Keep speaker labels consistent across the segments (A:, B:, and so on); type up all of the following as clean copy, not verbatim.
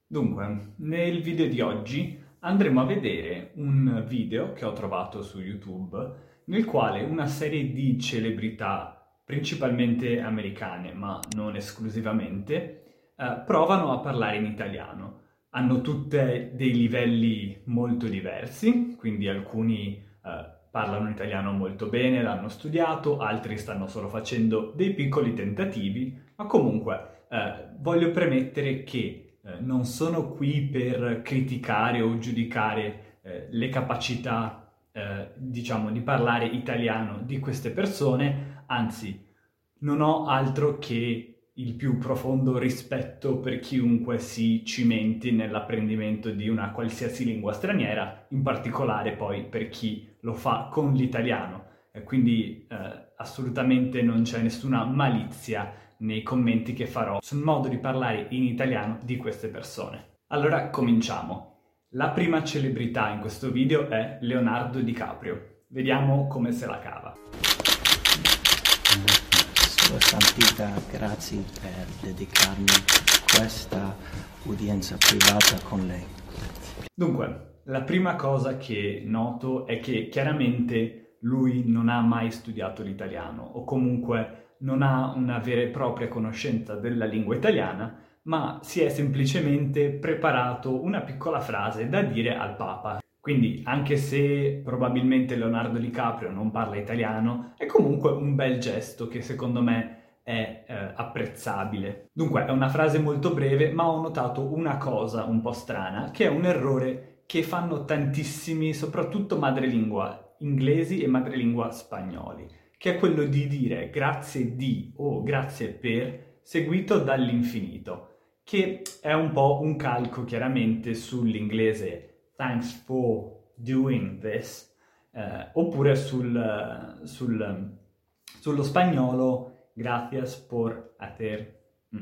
A: Dunque, nel video di oggi andremo a vedere un video che ho trovato su YouTube nel quale una serie di celebrità, principalmente americane, ma non esclusivamente, provano a parlare in italiano. Hanno tutte dei livelli molto diversi, quindi alcuni parlano italiano molto bene, l'hanno studiato, altri stanno solo facendo dei piccoli tentativi, ma comunque voglio premettere che non sono qui per criticare o giudicare le capacità, diciamo, di parlare italiano di queste persone, anzi, non ho altro che il più profondo rispetto per chiunque si cimenti nell'apprendimento di una qualsiasi lingua straniera, in particolare poi per chi lo fa con l'italiano. Quindi assolutamente non c'è nessuna malizia nei commenti che farò sul modo di parlare in italiano di queste persone. Allora cominciamo. La prima celebrità in questo video è Leonardo DiCaprio. Vediamo come se la cava.
B: Sua Santità, grazie per dedicarmi questa udienza privata con lei.
A: Dunque, la prima cosa che noto è che chiaramente lui non ha mai studiato l'italiano, o comunque non ha una vera e propria conoscenza della lingua italiana, ma si è semplicemente preparato una piccola frase da dire al Papa. Quindi, anche se probabilmente Leonardo DiCaprio non parla italiano, è comunque un bel gesto che secondo me è apprezzabile. Dunque, è una frase molto breve, ma ho notato una cosa un po' strana, che è un errore che fanno tantissimi, soprattutto madrelingua inglesi e madrelingua spagnoli, che è quello di dire grazie di o grazie per seguito dall'infinito, che è un po' un calco chiaramente sull'inglese thanks for doing this, oppure sullo spagnolo gracias por hacer.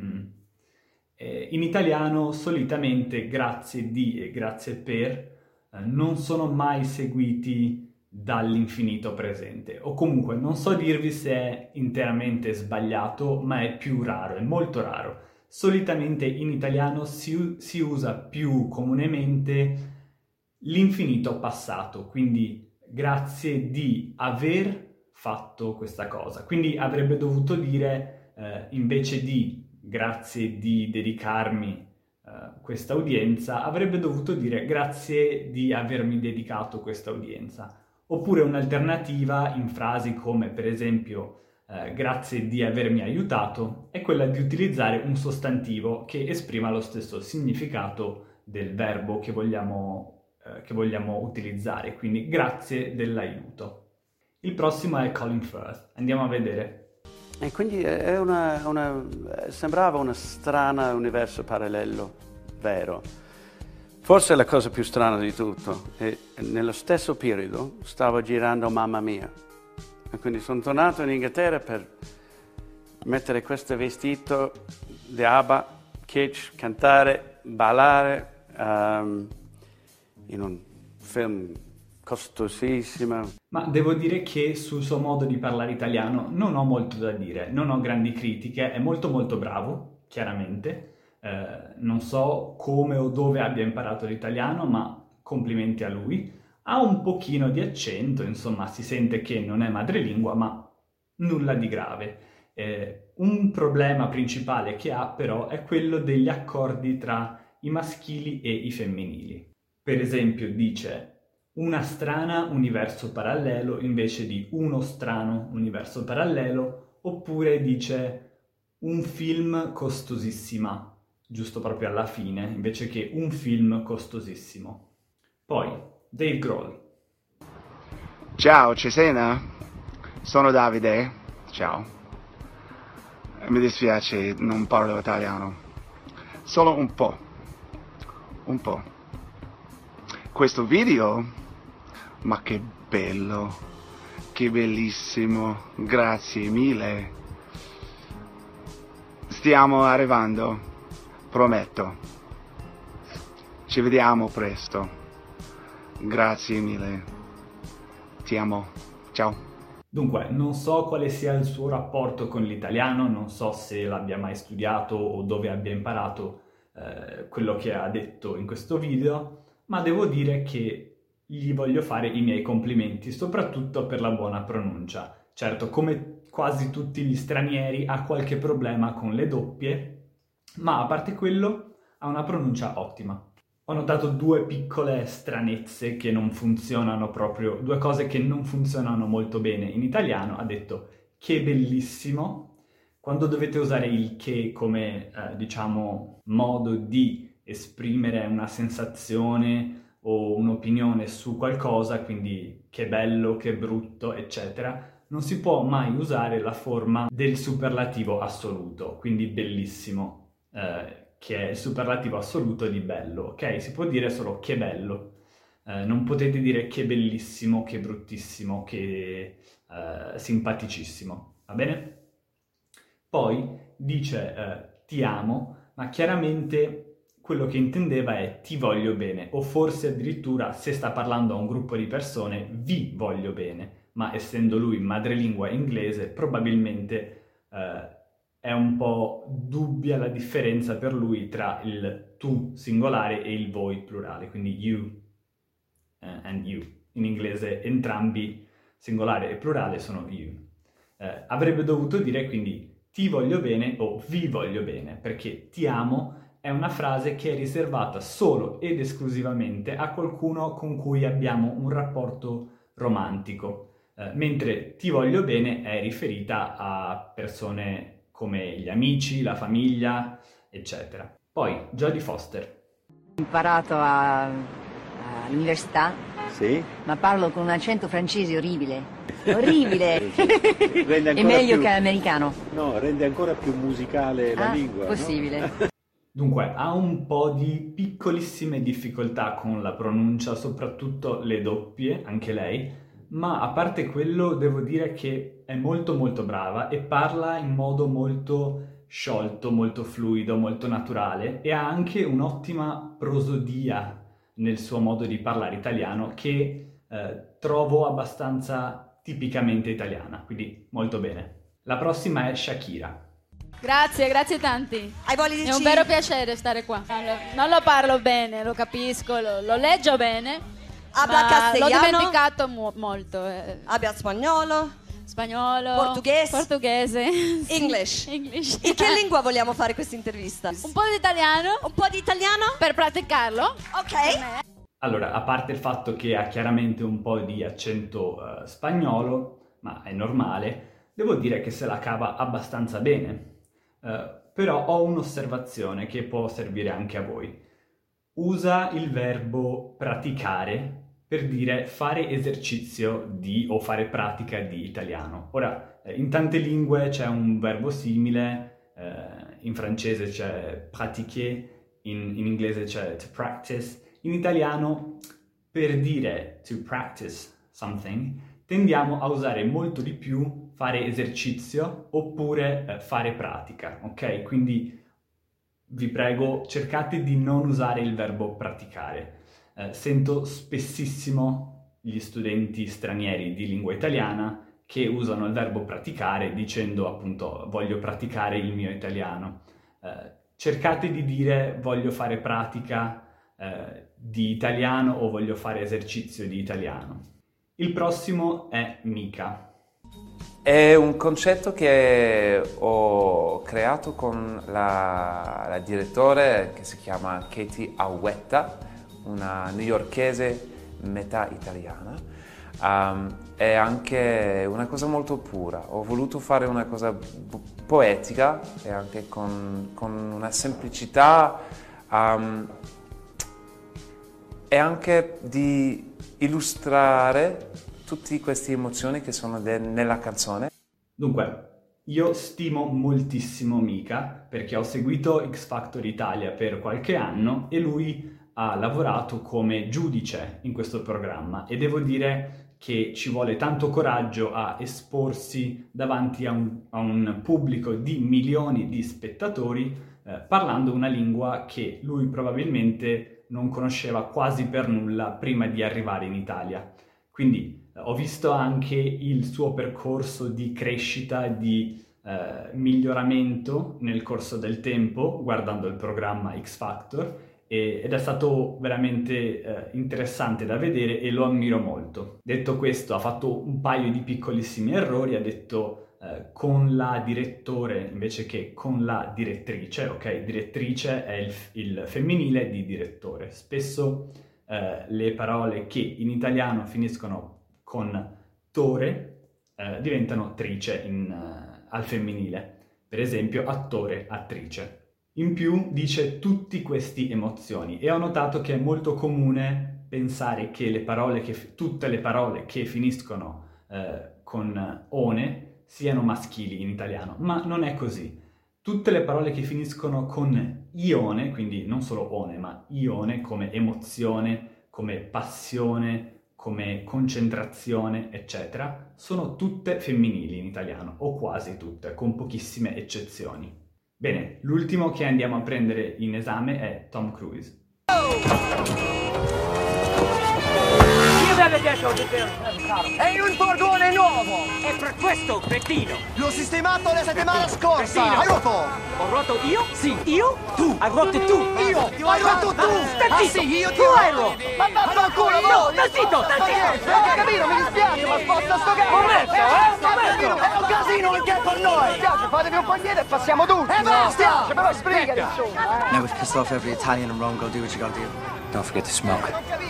A: In italiano solitamente grazie di e grazie per non sono mai seguiti dall'infinito presente, o comunque non so dirvi se è interamente sbagliato, ma è più raro, è molto raro. Solitamente in italiano si usa più comunemente l'infinito passato, quindi grazie di aver fatto questa cosa. Quindi avrebbe dovuto dire, invece di grazie di dedicarmi questa udienza, avrebbe dovuto dire grazie di avermi dedicato questa udienza. Oppure un'alternativa in frasi come per esempio grazie di avermi aiutato è quella di utilizzare un sostantivo che esprima lo stesso significato del verbo che vogliamo utilizzare, quindi grazie dell'aiuto. Il prossimo è Colin Firth, andiamo a vedere.
C: E quindi è sembrava una strana universo parallelo, vero? Forse la cosa più strana di tutto, è nello stesso periodo stavo girando Mamma Mia. E quindi sono tornato in Inghilterra per mettere questo vestito di ABBA, kitsch, cantare, ballare in un film costosissimo.
A: Ma devo dire che sul suo modo di parlare italiano non ho molto da dire, non ho grandi critiche, è molto molto bravo, chiaramente. Non so come o dove abbia imparato l'italiano, ma complimenti a lui. Ha un pochino di accento, insomma, si sente che non è madrelingua, ma nulla di grave. Un problema principale che ha, però, è quello degli accordi tra i maschili e i femminili. Per esempio, dice una strana universo parallelo invece di uno strano universo parallelo, oppure dice un film costosissima, giusto proprio alla fine, invece che un film costosissimo. Poi, Dave Grohl.
D: Ciao Cesena, sono Davide, ciao. Mi dispiace, non parlo italiano, solo un po'. Questo video, ma che bello, che bellissimo, grazie mille. Stiamo arrivando, prometto. Ci vediamo presto. Grazie mille. Ti amo. Ciao.
A: Dunque, non so quale sia il suo rapporto con l'italiano, non so se l'abbia mai studiato o dove abbia imparato quello che ha detto in questo video, ma devo dire che gli voglio fare i miei complimenti, soprattutto per la buona pronuncia. Certo, come quasi tutti gli stranieri, ha qualche problema con le doppie, ma a parte quello ha una pronuncia ottima. Ho notato due piccole stranezze che non funzionano proprio, due cose che non funzionano molto bene in italiano. Ha detto che bellissimo, quando dovete usare il che come, diciamo, modo di esprimere una sensazione o un'opinione su qualcosa, quindi che bello, che brutto, eccetera, non si può mai usare la forma del superlativo assoluto, quindi bellissimo, che è il superlativo assoluto di bello, ok? Si può dire solo che bello, non potete dire che bellissimo, che bruttissimo, che simpaticissimo, va bene? Poi dice ti amo, ma chiaramente quello che intendeva è ti voglio bene, o forse addirittura, se sta parlando a un gruppo di persone, vi voglio bene, ma essendo lui madrelingua inglese, probabilmente è un po' dubbia la differenza per lui tra il tu singolare e il voi plurale, quindi you and you. In inglese entrambi, singolare e plurale, sono you. Avrebbe dovuto dire quindi ti voglio bene o vi voglio bene, perché ti amo è una frase che è riservata solo ed esclusivamente a qualcuno con cui abbiamo un rapporto romantico, mentre ti voglio bene è riferita a persone come gli amici, la famiglia, eccetera. Poi, Jodie Foster.
E: Ho imparato all'università,
F: Sì?
E: ma parlo con un accento francese orribile. Orribile!
F: Rende
E: È
F: ancora
E: meglio
F: più...
E: che americano.
F: No, rende ancora più musicale la lingua,
E: possibile.
F: no?
A: Dunque, ha un po' di piccolissime difficoltà con la pronuncia, soprattutto le doppie, anche lei, ma a parte quello devo dire che è molto molto brava e parla in modo molto sciolto, molto fluido, molto naturale, e ha anche un'ottima prosodia nel suo modo di parlare italiano che trovo abbastanza tipicamente italiana, quindi molto bene. La prossima è Shakira.
G: Grazie tanti.
H: Hai voglia di
G: È un vero piacere stare qua. Non lo parlo bene, lo capisco, lo leggo bene.
H: Habla
G: ma
H: castellano?
G: l'ho dimenticato molto.
H: Abbia spagnolo?
G: Spagnolo.
H: Portoghese?
G: English.
H: Sì.
G: English.
H: In che lingua vogliamo fare questa intervista?
G: Un po' di italiano.
H: Un po' di italiano?
G: Per praticarlo.
H: Ok.
A: Allora, a parte il fatto che ha chiaramente un po' di accento spagnolo, ma è normale, devo dire che se la cava abbastanza bene. Però ho un'osservazione che può servire anche a voi. Usa il verbo praticare per dire fare esercizio di o fare pratica di italiano. Ora, in tante lingue c'è un verbo simile, in francese c'è pratiquer, in inglese c'è to practice. In italiano, per dire to practice something, tendiamo a usare molto di più fare esercizio oppure fare pratica, ok? Quindi vi prego, cercate di non usare il verbo praticare. Sento spessissimo gli studenti stranieri di lingua italiana che usano il verbo praticare dicendo appunto voglio praticare il mio italiano. Cercate di dire voglio fare pratica di italiano o voglio fare esercizio di italiano. Il prossimo è Mika.
I: È un concetto che ho creato con la direttore che si chiama Katie Auetta, una newyorkese metà italiana. È anche una cosa molto pura. Ho voluto fare una cosa poetica e anche con una semplicità e anche di illustrare tutte queste emozioni che sono nella canzone.
A: Dunque, io stimo moltissimo Mika perché ho seguito X Factor Italia per qualche anno e lui ha lavorato come giudice in questo programma e devo dire che ci vuole tanto coraggio a esporsi davanti a un pubblico di milioni di spettatori parlando una lingua che lui probabilmente non conosceva quasi per nulla prima di arrivare in Italia. Quindi ho visto anche il suo percorso di crescita, di miglioramento nel corso del tempo guardando il programma X Factor ed è stato veramente interessante da vedere e lo ammiro molto. Detto questo, ha fatto un paio di piccolissimi errori, ha detto con la direttore invece che con la direttrice, ok? Direttrice è il femminile di direttore. Spesso le parole che in italiano finiscono con tore diventano trice al femminile, per esempio attore, attrice. In più dice tutti questi emozioni e ho notato che è molto comune pensare che tutte le parole che finiscono con one siano maschili in italiano, ma non è così. Tutte le parole che finiscono con ione, quindi non solo one, ma ione, come emozione, come passione, come concentrazione, eccetera, sono tutte femminili in italiano, o quasi tutte, con pochissime eccezioni. Bene, l'ultimo che andiamo a prendere in esame è Tom Cruise.
J: È un furgone nuovo! E per questo, cretino! L'ho sistemato la settimana scorsa! Cretino. Hai rotto! Ho rotto io? Sì. Io? Tu! Hai rotto tu! Io! Hai rotto tu!
K: Ah sì, io ti
J: tu hai rotto! Ma vaffanculo,
K: no! Sta zitto, sta zitto!
J: Ho capito, mi dispiace, ma sposta sto cazzo!
K: Momento, momento!
J: È un casino anche per noi! Mi dispiace, fatevi un po' indietro e passiamo tutti! E basta! Però sbriga, insomma!
L: Now we've pissed off every Italian in Rome, go do what you gotta do. Don't forget to smoke.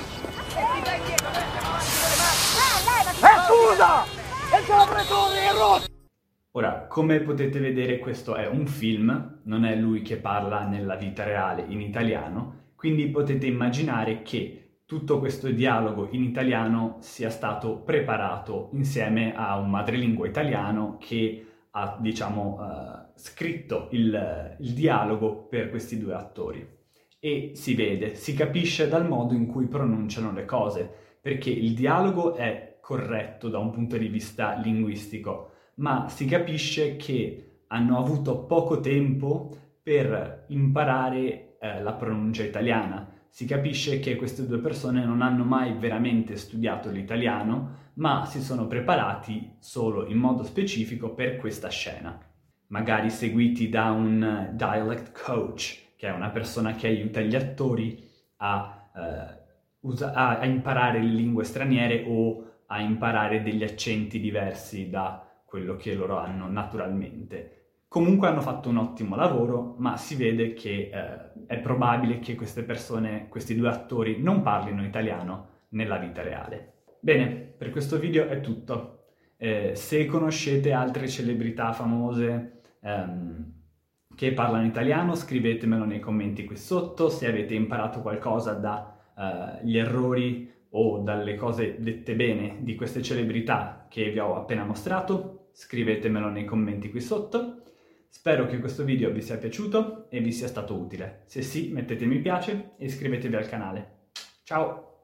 J: Scusa! E ce l'ho preso è rotto!
A: Ora, come potete vedere, questo è un film, non è lui che parla nella vita reale in italiano, quindi potete immaginare che tutto questo dialogo in italiano sia stato preparato insieme a un madrelingua italiano che ha, diciamo, scritto il dialogo per questi due attori. E si vede, si capisce dal modo in cui pronunciano le cose, perché il dialogo è corretto da un punto di vista linguistico, ma si capisce che hanno avuto poco tempo per imparare la pronuncia italiana. Si capisce che queste due persone non hanno mai veramente studiato l'italiano, ma si sono preparati solo in modo specifico per questa scena. Magari seguiti da un dialect coach, che è una persona che aiuta gli attori a imparare le lingue straniere o a imparare degli accenti diversi da quello che loro hanno naturalmente. Comunque hanno fatto un ottimo lavoro, ma si vede che è probabile che queste persone, questi due attori, non parlino italiano nella vita reale. Bene, per questo video è tutto. Se conoscete altre celebrità famose che parlano italiano, scrivetemelo nei commenti qui sotto. Se avete imparato qualcosa dagli errori o dalle cose dette bene di queste celebrità che vi ho appena mostrato, scrivetemelo nei commenti qui sotto. Spero che questo video vi sia piaciuto e vi sia stato utile. Se sì, mettete mi piace e iscrivetevi al canale. Ciao!